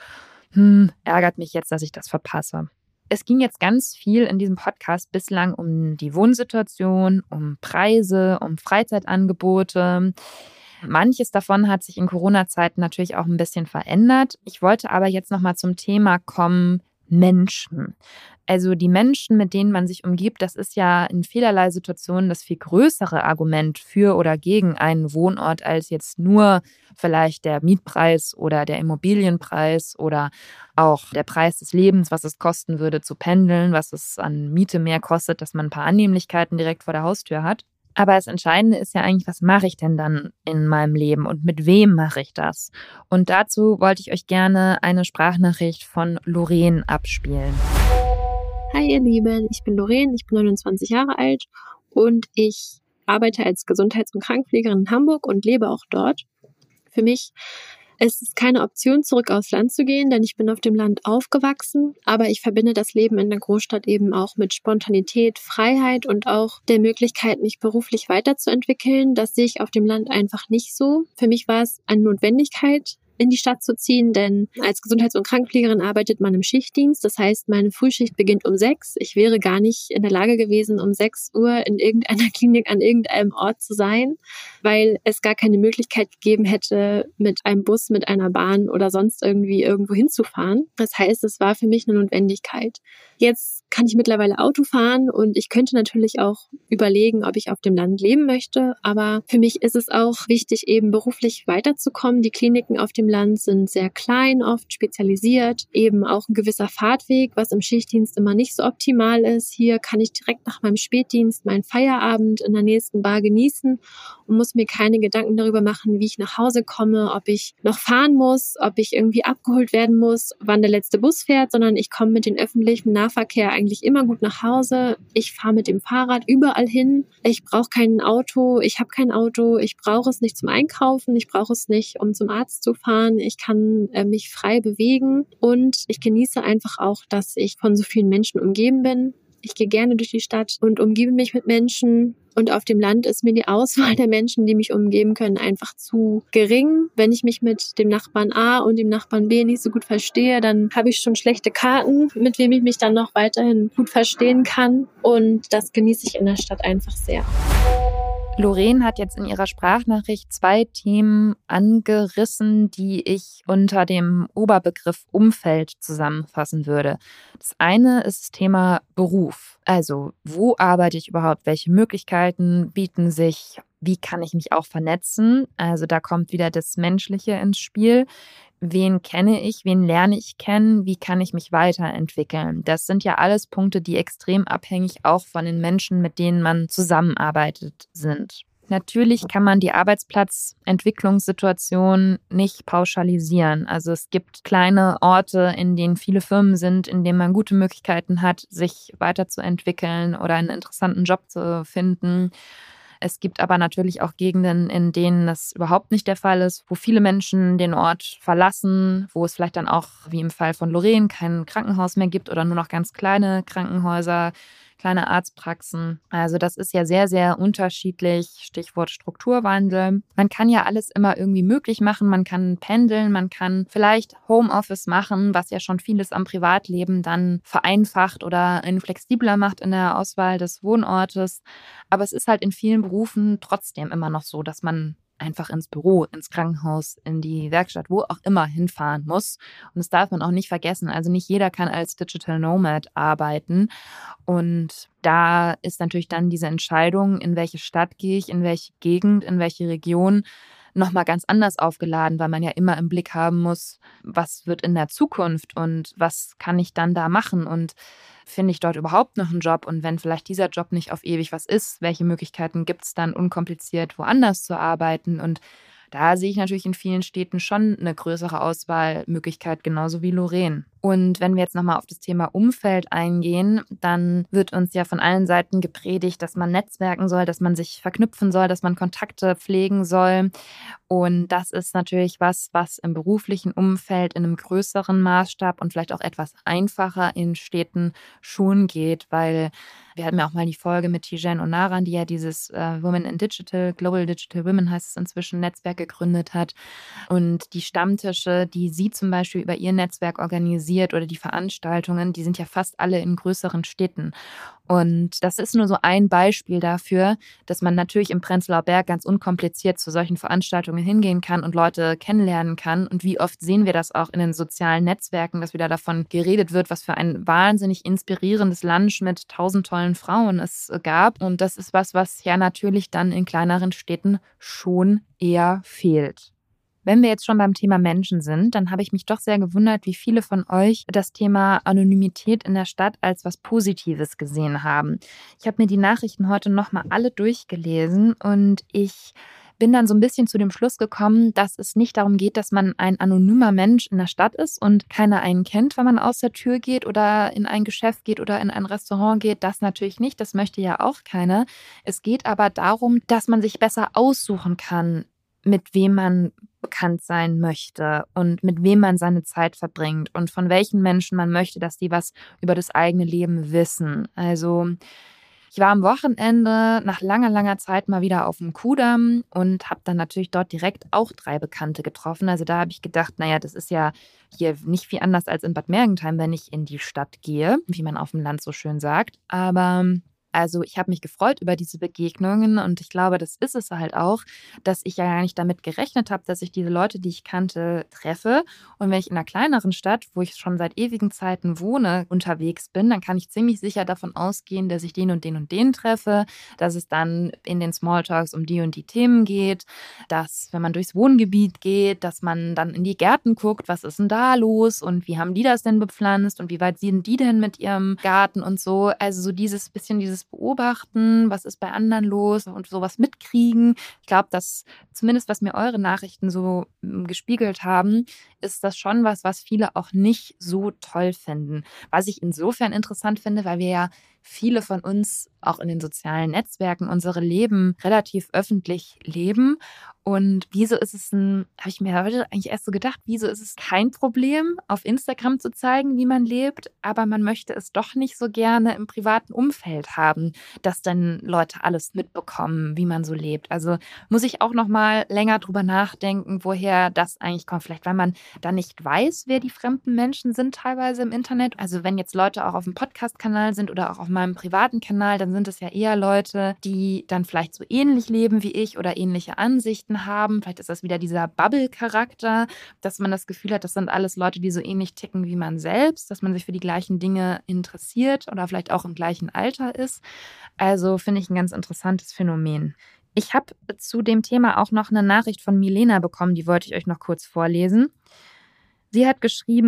ärgert mich jetzt, dass ich das verpasse. Es ging jetzt ganz viel in diesem Podcast bislang um die Wohnsituation, um Preise, um Freizeitangebote. Manches davon hat sich in Corona-Zeiten natürlich auch ein bisschen verändert. Ich wollte aber jetzt nochmal zum Thema kommen, Menschen. Also die Menschen, mit denen man sich umgibt, das ist ja in vielerlei Situationen das viel größere Argument für oder gegen einen Wohnort als jetzt nur vielleicht der Mietpreis oder der Immobilienpreis oder auch der Preis des Lebens, was es kosten würde zu pendeln, was es an Miete mehr kostet, dass man ein paar Annehmlichkeiten direkt vor der Haustür hat. Aber das Entscheidende ist ja eigentlich, was mache ich denn dann in meinem Leben und mit wem mache ich das? Und dazu wollte ich euch gerne eine Sprachnachricht von Lorraine abspielen. Hi ihr Lieben, ich bin Lorraine, ich bin 29 Jahre alt und ich arbeite als Gesundheits- und Krankenpflegerin in Hamburg und lebe auch dort. Für mich ist es keine Option, zurück aufs Land zu gehen, denn ich bin auf dem Land aufgewachsen, aber ich verbinde das Leben in der Großstadt eben auch mit Spontanität, Freiheit und auch der Möglichkeit, mich beruflich weiterzuentwickeln. Das sehe ich auf dem Land einfach nicht so. Für mich war es eine Notwendigkeit, in die Stadt zu ziehen, denn als Gesundheits- und Krankenpflegerin arbeitet man im Schichtdienst. Das heißt, meine Frühschicht beginnt um 6. Ich wäre gar nicht in der Lage gewesen, um 6 Uhr in irgendeiner Klinik an irgendeinem Ort zu sein, weil es gar keine Möglichkeit gegeben hätte, mit einem Bus, mit einer Bahn oder sonst irgendwie irgendwo hinzufahren. Das heißt, es war für mich eine Notwendigkeit. Jetzt kann ich mittlerweile Auto fahren und ich könnte natürlich auch überlegen, ob ich auf dem Land leben möchte, aber für mich ist es auch wichtig, eben beruflich weiterzukommen. Die Kliniken auf dem Land sind sehr klein, oft spezialisiert, eben auch ein gewisser Fahrtweg, was im Schichtdienst immer nicht so optimal ist. Hier kann ich direkt nach meinem Spätdienst meinen Feierabend in der nächsten Bar genießen und muss mir keine Gedanken darüber machen, wie ich nach Hause komme, ob ich noch fahren muss, ob ich irgendwie abgeholt werden muss, wann der letzte Bus fährt, sondern ich komme mit dem öffentlichen Nahverkehr eigentlich immer gut nach Hause. Ich fahre mit dem Fahrrad überall hin. Ich brauche kein Auto, ich habe kein Auto, ich brauche es nicht zum Einkaufen, ich brauche es nicht, um zum Arzt zu fahren. Ich kann mich frei bewegen und ich genieße einfach auch, dass ich von so vielen Menschen umgeben bin. Ich gehe gerne durch die Stadt und umgebe mich mit Menschen. Und auf dem Land ist mir die Auswahl der Menschen, die mich umgeben können, einfach zu gering. Wenn ich mich mit dem Nachbarn A und dem Nachbarn B nicht so gut verstehe, dann habe ich schon schlechte Karten, mit wem ich mich dann noch weiterhin gut verstehen kann. Und das genieße ich in der Stadt einfach sehr. Lorraine hat jetzt in ihrer Sprachnachricht 2 Themen angerissen, die ich unter dem Oberbegriff Umfeld zusammenfassen würde. Das eine ist das Thema Beruf. Also, wo arbeite ich überhaupt? Welche Möglichkeiten bieten sich? Wie kann ich mich auch vernetzen? Also, da kommt wieder das Menschliche ins Spiel. Wen kenne ich? Wen lerne ich kennen? Wie kann ich mich weiterentwickeln? Das sind ja alles Punkte, die extrem abhängig auch von den Menschen, mit denen man zusammenarbeitet, sind. Natürlich kann man die Arbeitsplatzentwicklungssituation nicht pauschalisieren. Also es gibt kleine Orte, in denen viele Firmen sind, in denen man gute Möglichkeiten hat, sich weiterzuentwickeln oder einen interessanten Job zu finden. Es gibt aber natürlich auch Gegenden, in denen das überhaupt nicht der Fall ist, wo viele Menschen den Ort verlassen, wo es vielleicht dann auch, wie im Fall von Lorraine, kein Krankenhaus mehr gibt oder nur noch ganz kleine Krankenhäuser, kleine Arztpraxen. Also das ist ja sehr, sehr unterschiedlich. Stichwort Strukturwandel. Man kann ja alles immer irgendwie möglich machen. Man kann pendeln, man kann vielleicht Homeoffice machen, was ja schon vieles am Privatleben dann vereinfacht oder flexibler macht in der Auswahl des Wohnortes. Aber es ist halt in vielen Berufen trotzdem immer noch so, dass man einfach ins Büro, ins Krankenhaus, in die Werkstatt, wo auch immer hinfahren muss. Und das darf man auch nicht vergessen. Also nicht jeder kann als Digital Nomad arbeiten. Und da ist natürlich dann diese Entscheidung, in welche Stadt gehe ich, in welche Gegend, in welche Region, nochmal ganz anders aufgeladen, weil man ja immer im Blick haben muss, was wird in der Zukunft und was kann ich dann da machen und finde ich dort überhaupt noch einen Job und wenn vielleicht dieser Job nicht auf ewig was ist, welche Möglichkeiten gibt es dann unkompliziert woanders zu arbeiten und da sehe ich natürlich in vielen Städten schon eine größere Auswahlmöglichkeit, genauso wie Lorraine. Und wenn wir jetzt nochmal auf das Thema Umfeld eingehen, dann wird uns ja von allen Seiten gepredigt, dass man netzwerken soll, dass man sich verknüpfen soll, dass man Kontakte pflegen soll. Und das ist natürlich was im beruflichen Umfeld in einem größeren Maßstab und vielleicht auch etwas einfacher in Städten schon geht, weil wir hatten ja auch mal die Folge mit Tijen Onaran, die ja dieses Women in Digital, Global Digital Women heißt es inzwischen, Netzwerk gegründet hat. Und die Stammtische, die sie zum Beispiel über ihr Netzwerk organisiert oder die Veranstaltungen, die sind ja fast alle in größeren Städten. Und das ist nur so ein Beispiel dafür, dass man natürlich im Prenzlauer Berg ganz unkompliziert zu solchen Veranstaltungen hingehen kann und Leute kennenlernen kann. Und wie oft sehen wir das auch in den sozialen Netzwerken, dass wieder davon geredet wird, was für ein wahnsinnig inspirierendes Lunch mit 1000 tollen Frauen es gab. Und das ist was ja natürlich dann in kleineren Städten schon eher fehlt. Wenn wir jetzt schon beim Thema Menschen sind, dann habe ich mich doch sehr gewundert, wie viele von euch das Thema Anonymität in der Stadt als was Positives gesehen haben. Ich habe mir die Nachrichten heute nochmal alle durchgelesen und ich bin dann so ein bisschen zu dem Schluss gekommen, dass es nicht darum geht, dass man ein anonymer Mensch in der Stadt ist und keiner einen kennt, wenn man aus der Tür geht oder in ein Geschäft geht oder in ein Restaurant geht. Das natürlich nicht, das möchte ja auch keiner. Es geht aber darum, dass man sich besser aussuchen kann, mit wem man bekannt sein möchte und mit wem man seine Zeit verbringt und von welchen Menschen man möchte, dass die was über das eigene Leben wissen. Also ich war am Wochenende nach langer, langer Zeit mal wieder auf dem Kudamm und habe dann natürlich dort direkt auch 3 Bekannte getroffen. Also da habe ich gedacht, naja, das ist ja hier nicht viel anders als in Bad Mergentheim, wenn ich in die Stadt gehe, wie man auf dem Land so schön sagt. Aber also ich habe mich gefreut über diese Begegnungen und ich glaube, das ist es halt auch, dass ich ja gar nicht damit gerechnet habe, dass ich diese Leute, die ich kannte, treffe. Und wenn ich in einer kleineren Stadt, wo ich schon seit ewigen Zeiten wohne, unterwegs bin, dann kann ich ziemlich sicher davon ausgehen, dass ich den und den treffe, dass es dann in den Smalltalks um die und die Themen geht, dass, wenn man durchs Wohngebiet geht, dass man dann in die Gärten guckt, was ist denn da los und wie haben die das denn bepflanzt und wie weit sind die denn mit ihrem Garten und so. Also so dieses Beobachten, was ist bei anderen los und sowas mitkriegen. Ich glaube, dass zumindest, was mir eure Nachrichten so gespiegelt haben, ist das schon was viele auch nicht so toll finden. Was ich insofern interessant finde, weil wir ja viele von uns auch in den sozialen Netzwerken unsere Leben relativ öffentlich leben. Und wieso ist es habe ich mir heute eigentlich erst so gedacht, wieso ist es kein Problem, auf Instagram zu zeigen, wie man lebt, aber man möchte es doch nicht so gerne im privaten Umfeld haben, dass dann Leute alles mitbekommen, wie man so lebt. Also muss ich auch noch mal länger drüber nachdenken, woher das eigentlich kommt. Vielleicht, weil man da nicht weiß, wer die fremden Menschen sind teilweise im Internet. Also wenn jetzt Leute auch auf dem Podcast-Kanal sind oder auch auf meinem privaten Kanal, dann sind es ja eher Leute, die dann vielleicht so ähnlich leben wie ich oder ähnliche Ansichten haben. Vielleicht ist das wieder dieser Bubble-Charakter, dass man das Gefühl hat, das sind alles Leute, die so ähnlich ticken wie man selbst, dass man sich für die gleichen Dinge interessiert oder vielleicht auch im gleichen Alter ist. Also finde ich ein ganz interessantes Phänomen. Ich habe zu dem Thema auch noch eine Nachricht von Milena bekommen, die wollte ich euch noch kurz vorlesen. Sie hat geschrieben: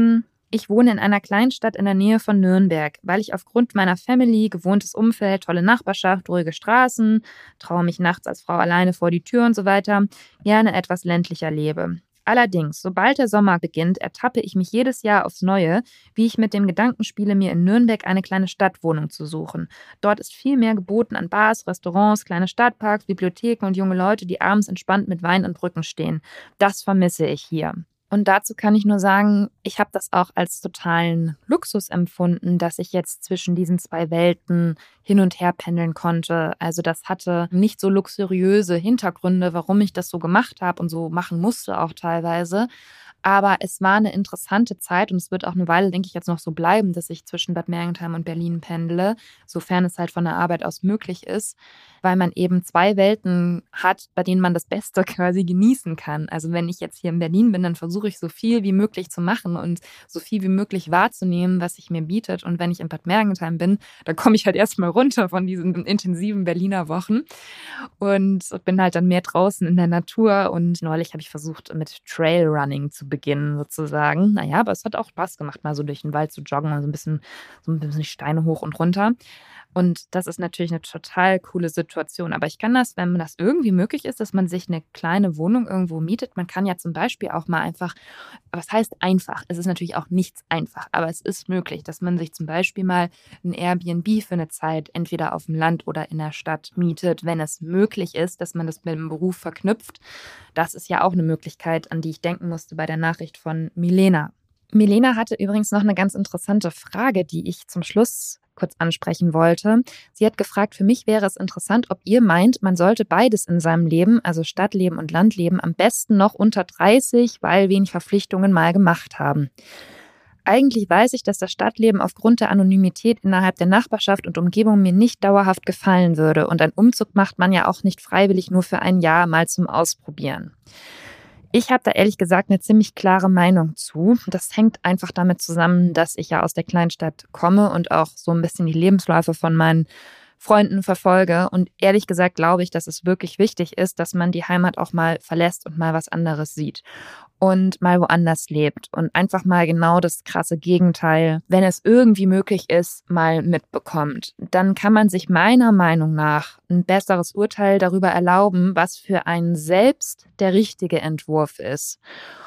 Ich wohne in einer Kleinstadt in der Nähe von Nürnberg, weil ich aufgrund meiner Family, gewohntes Umfeld, tolle Nachbarschaft, ruhige Straßen, traue mich nachts als Frau alleine vor die Tür und so weiter, gerne etwas ländlicher lebe. Allerdings, sobald der Sommer beginnt, ertappe ich mich jedes Jahr aufs Neue, wie ich mit dem Gedanken spiele, mir in Nürnberg eine kleine Stadtwohnung zu suchen. Dort ist viel mehr geboten an Bars, Restaurants, kleine Stadtparks, Bibliotheken und junge Leute, die abends entspannt mit Wein an Brücken stehen. Das vermisse ich hier. Und dazu kann ich nur sagen, ich habe das auch als totalen Luxus empfunden, dass ich jetzt zwischen diesen zwei Welten hin und her pendeln konnte. Also das hatte nicht so luxuriöse Hintergründe, warum ich das so gemacht habe und so machen musste auch teilweise. Aber es war eine interessante Zeit und es wird auch eine Weile, denke ich, jetzt noch so bleiben, dass ich zwischen Bad Mergentheim und Berlin pendle, sofern es halt von der Arbeit aus möglich ist, weil man eben zwei Welten hat, bei denen man das Beste quasi genießen kann. Also wenn ich jetzt hier in Berlin bin, dann versuche ich so viel wie möglich zu machen und so viel wie möglich wahrzunehmen, was sich mir bietet. Und wenn ich in Bad Mergentheim bin, dann komme ich halt erstmal runter von diesen intensiven Berliner Wochen und bin halt dann mehr draußen in der Natur. Und neulich habe ich versucht, mit Trailrunning zu beginnen sozusagen. Naja, aber es hat auch Spaß gemacht, mal so durch den Wald zu joggen, also ein bisschen Steine hoch und runter. Und das ist natürlich eine total coole Situation. Aber ich kann das, wenn das irgendwie möglich ist, dass man sich eine kleine Wohnung irgendwo mietet. Man kann ja zum Beispiel auch mal einfach, was heißt einfach? Es ist natürlich auch nichts einfach, aber es ist möglich, dass man sich zum Beispiel mal ein Airbnb für eine Zeit entweder auf dem Land oder in der Stadt mietet, wenn es möglich ist, dass man das mit dem Beruf verknüpft. Das ist ja auch eine Möglichkeit, an die ich denken musste bei der Nachricht von Milena. Milena hatte übrigens noch eine ganz interessante Frage, die ich zum Schluss kurz ansprechen wollte. Sie hat gefragt, für mich wäre es interessant, ob ihr meint, man sollte beides in seinem Leben, also Stadtleben und Landleben, am besten noch unter 30, weil wenig Verpflichtungen mal gemacht haben. Eigentlich weiß ich, dass das Stadtleben aufgrund der Anonymität innerhalb der Nachbarschaft und Umgebung mir nicht dauerhaft gefallen würde. Und ein Umzug macht man ja auch nicht freiwillig nur für ein Jahr mal zum Ausprobieren. Ich habe da ehrlich gesagt eine ziemlich klare Meinung zu. Das hängt einfach damit zusammen, dass ich ja aus der Kleinstadt komme und auch so ein bisschen die Lebensläufe von meinen Freunden verfolge. Und ehrlich gesagt glaube ich, dass es wirklich wichtig ist, dass man die Heimat auch mal verlässt und mal was anderes sieht und mal woanders lebt und einfach mal genau das krasse Gegenteil, wenn es irgendwie möglich ist, mal mitbekommt. Dann kann man sich meiner Meinung nach ein besseres Urteil darüber erlauben, was für einen selbst der richtige Entwurf ist.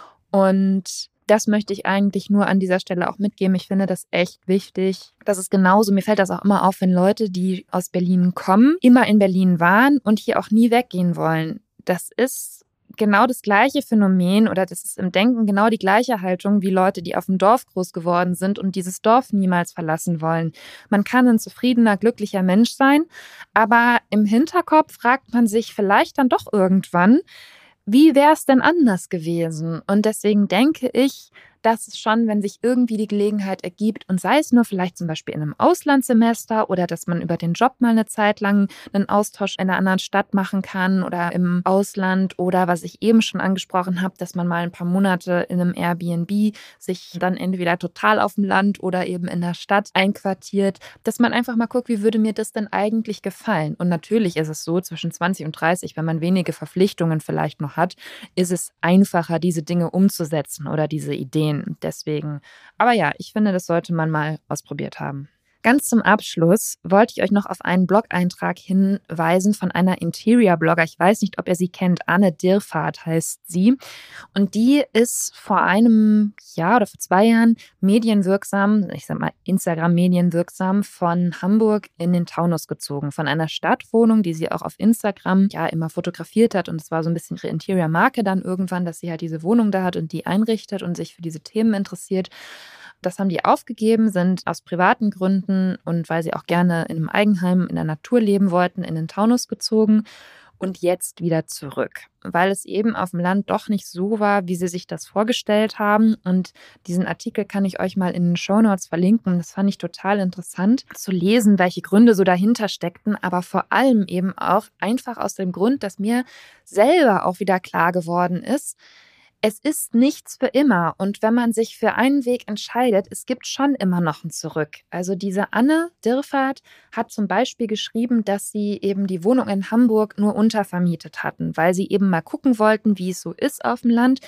Und das möchte ich eigentlich nur an dieser Stelle auch mitgeben. Ich finde das echt wichtig. Das ist genauso, mir fällt das auch immer auf, wenn Leute, die aus Berlin kommen, immer in Berlin waren und hier auch nie weggehen wollen. Das ist genau das gleiche Phänomen oder das ist im Denken genau die gleiche Haltung wie Leute, die auf dem Dorf groß geworden sind und dieses Dorf niemals verlassen wollen. Man kann ein zufriedener, glücklicher Mensch sein, aber im Hinterkopf fragt man sich vielleicht dann doch irgendwann, wie wäre es denn anders gewesen? Und deswegen denke ich, dass es schon, wenn sich irgendwie die Gelegenheit ergibt und sei es nur vielleicht zum Beispiel in einem Auslandssemester oder dass man über den Job mal eine Zeit lang einen Austausch in einer anderen Stadt machen kann oder im Ausland oder was ich eben schon angesprochen habe, dass man mal ein paar Monate in einem Airbnb sich dann entweder total auf dem Land oder eben in der Stadt einquartiert, dass man einfach mal guckt, wie würde mir das denn eigentlich gefallen? Und natürlich ist es so, zwischen 20 und 30, wenn man wenige Verpflichtungen vielleicht noch hat, ist es einfacher, diese Dinge umzusetzen oder diese Ideen. Deswegen, aber ja, ich finde, das sollte man mal ausprobiert haben. Ganz zum Abschluss wollte ich euch noch auf einen Blog-Eintrag hinweisen von einer Interior-Blogger. Ich weiß nicht, ob ihr sie kennt. Anne Dirfahrt heißt sie. Und die ist vor einem Jahr oder vor 2 Jahren medienwirksam, ich sag mal Instagram-medienwirksam, von Hamburg in den Taunus gezogen. Von einer Stadtwohnung, die sie auch auf Instagram ja immer fotografiert hat. Und es war so ein bisschen ihre Interior-Marke dann irgendwann, dass sie halt diese Wohnung da hat und die einrichtet und sich für diese Themen interessiert. Das haben die aufgegeben, sind aus privaten Gründen und weil sie auch gerne in einem Eigenheim in der Natur leben wollten, in den Taunus gezogen und jetzt wieder zurück, weil es eben auf dem Land doch nicht so war, wie sie sich das vorgestellt haben. Und diesen Artikel kann ich euch mal in den Shownotes verlinken. Das fand ich total interessant zu lesen, welche Gründe so dahinter steckten, aber vor allem eben auch einfach aus dem Grund, dass mir selber auch wieder klar geworden ist, es ist nichts für immer und wenn man sich für einen Weg entscheidet, es gibt schon immer noch ein Zurück. Also diese Anne Dirfahrt hat zum Beispiel geschrieben, dass sie eben die Wohnung in Hamburg nur untervermietet hatten, weil sie eben mal gucken wollten, wie es so ist auf dem Land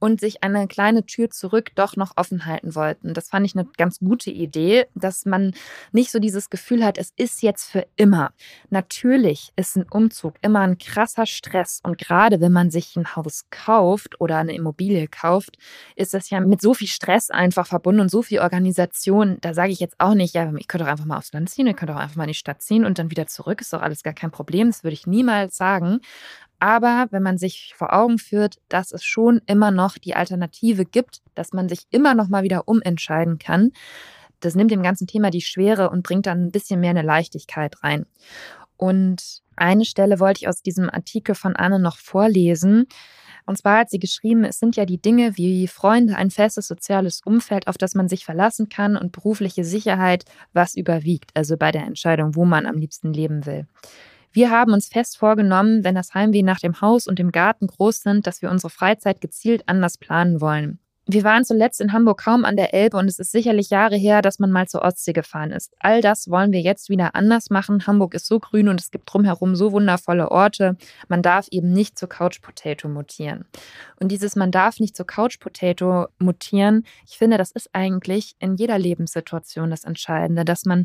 und sich eine kleine Tür zurück doch noch offen halten wollten. Das fand ich eine ganz gute Idee, dass man nicht so dieses Gefühl hat, es ist jetzt für immer. Natürlich ist ein Umzug immer ein krasser Stress und gerade wenn man sich ein Haus kauft oder eine Immobilie kauft, ist das ja mit so viel Stress einfach verbunden und so viel Organisation. Da sage ich jetzt auch nicht, ja, ich könnte doch einfach mal aufs Land ziehen, ich könnte auch einfach mal in die Stadt ziehen und dann wieder zurück, ist doch alles gar kein Problem. Das würde ich niemals sagen. Aber wenn man sich vor Augen führt, dass es schon immer noch die Alternative gibt, dass man sich immer noch mal wieder umentscheiden kann, das nimmt dem ganzen Thema die Schwere und bringt dann ein bisschen mehr eine Leichtigkeit rein. Und eine Stelle wollte ich aus diesem Artikel von Anne noch vorlesen. Und zwar hat sie geschrieben, es sind ja die Dinge wie Freunde, ein festes soziales Umfeld, auf das man sich verlassen kann und berufliche Sicherheit, was überwiegt, also bei der Entscheidung, wo man am liebsten leben will. Wir haben uns fest vorgenommen, wenn das Heimweh nach dem Haus und dem Garten groß sind, dass wir unsere Freizeit gezielt anders planen wollen. Wir waren zuletzt in Hamburg kaum an der Elbe und es ist sicherlich Jahre her, dass man mal zur Ostsee gefahren ist. All das wollen wir jetzt wieder anders machen. Hamburg ist so grün und es gibt drumherum so wundervolle Orte. Man darf eben nicht zur Couch Potato mutieren. Und dieses man darf nicht zur Couch Potato mutieren, ich finde, das ist eigentlich in jeder Lebenssituation das Entscheidende, dass man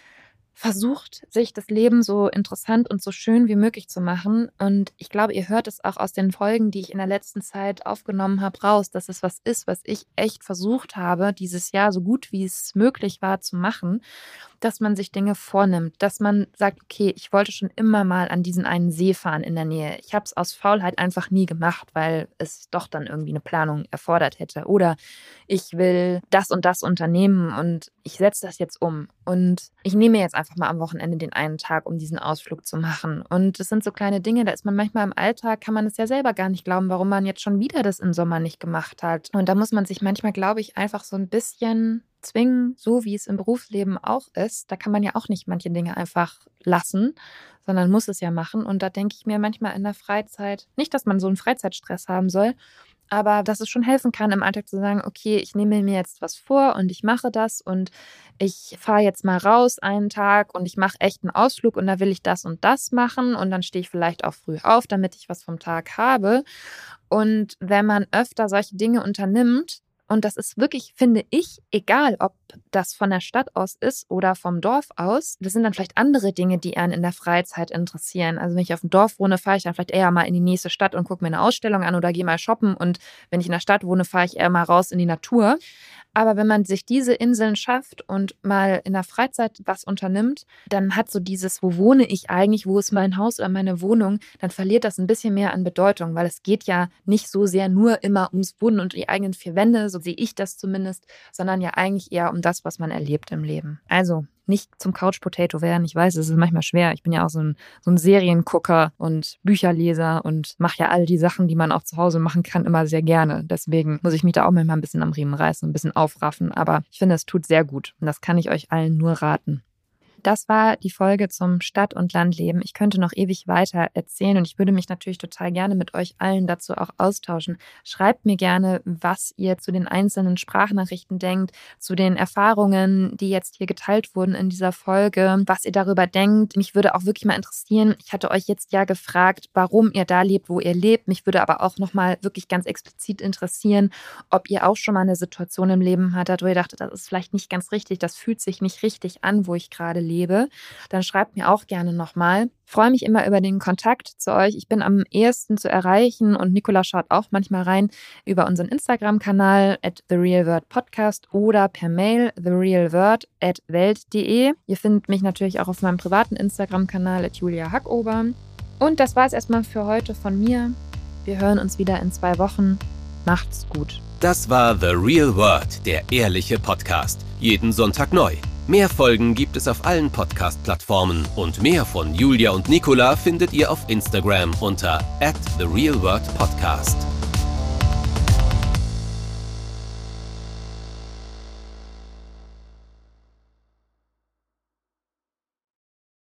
versucht, sich das Leben so interessant und so schön wie möglich zu machen. Und ich glaube, ihr hört es auch aus den Folgen, die ich in der letzten Zeit aufgenommen habe, raus, dass es was ist, was ich echt versucht habe, dieses Jahr so gut wie es möglich war zu machen, dass man sich Dinge vornimmt, dass man sagt, okay, ich wollte schon immer mal an diesen einen See fahren in der Nähe. Ich habe es aus Faulheit einfach nie gemacht, weil es doch dann irgendwie eine Planung erfordert hätte. Oder ich will das und das unternehmen und ich setze das jetzt um. Und ich nehme jetzt einfach mal am Wochenende den einen Tag, um diesen Ausflug zu machen. Und das sind so kleine Dinge, da ist man manchmal im Alltag, kann man es ja selber gar nicht glauben, warum man jetzt schon wieder das im Sommer nicht gemacht hat. Und da muss man sich manchmal, glaube ich, einfach so ein bisschen zwingen, so wie es im Berufsleben auch ist. Da kann man ja auch nicht manche Dinge einfach lassen, sondern muss es ja machen. Und da denke ich mir manchmal in der Freizeit, nicht, dass man so einen Freizeitstress haben soll, aber dass es schon helfen kann, im Alltag zu sagen, okay, ich nehme mir jetzt was vor und ich mache das und ich fahre jetzt mal raus einen Tag und ich mache echt einen Ausflug und da will ich das und das machen und dann stehe ich vielleicht auch früh auf, damit ich was vom Tag habe. Und wenn man öfter solche Dinge unternimmt, und das ist wirklich, finde ich, egal, ob das von der Stadt aus ist oder vom Dorf aus. Das sind dann vielleicht andere Dinge, die einen in der Freizeit interessieren. Also wenn ich auf dem Dorf wohne, fahre ich dann vielleicht eher mal in die nächste Stadt und gucke mir eine Ausstellung an oder gehe mal shoppen. Und wenn ich in der Stadt wohne, fahre ich eher mal raus in die Natur. Aber wenn man sich diese Inseln schafft und mal in der Freizeit was unternimmt, dann hat so dieses, wo wohne ich eigentlich, wo ist mein Haus oder meine Wohnung, dann verliert das ein bisschen mehr an Bedeutung, weil es geht ja nicht so sehr nur immer ums Wohnen und die eigenen vier Wände, so sehe ich das zumindest, sondern ja eigentlich eher um das, was man erlebt im Leben. Also nicht zum Couch Potato werden. Ich weiß, es ist manchmal schwer. Ich bin ja auch so ein Seriengucker und Bücherleser und mache ja all die Sachen, die man auch zu Hause machen kann, immer sehr gerne. Deswegen muss ich mich da auch manchmal ein bisschen am Riemen reißen, ein bisschen aufraffen. Aber ich finde, es tut sehr gut. Und das kann ich euch allen nur raten. Das war die Folge zum Stadt- und Landleben. Ich könnte noch ewig weiter erzählen und ich würde mich natürlich total gerne mit euch allen dazu auch austauschen. Schreibt mir gerne, was ihr zu den einzelnen Sprachnachrichten denkt, zu den Erfahrungen, die jetzt hier geteilt wurden in dieser Folge, was ihr darüber denkt. Mich würde auch wirklich mal interessieren, ich hatte euch jetzt ja gefragt, warum ihr da lebt, wo ihr lebt. Mich würde aber auch nochmal wirklich ganz explizit interessieren, ob ihr auch schon mal eine Situation im Leben hattet, wo ihr dachtet, das ist vielleicht nicht ganz richtig, das fühlt sich nicht richtig an, wo ich gerade lebe. Dann schreibt mir auch gerne nochmal. Ich freue mich immer über den Kontakt zu euch. Ich bin am ehesten zu erreichen und Nicola schaut auch manchmal rein über unseren Instagram-Kanal @TheRealWordPodcast oder per Mail therealword@welt.de. Ihr findet mich natürlich auch auf meinem privaten Instagram-Kanal @JuliaHackober. Und das war es erstmal für heute von mir. Wir hören uns wieder in 2 Wochen. Macht's gut. Das war The Real Word, der ehrliche Podcast. Jeden Sonntag neu. Mehr Folgen gibt es auf allen Podcast-Plattformen und mehr von Julia und Nicola findet ihr auf Instagram unter @TheRealWordPodcast.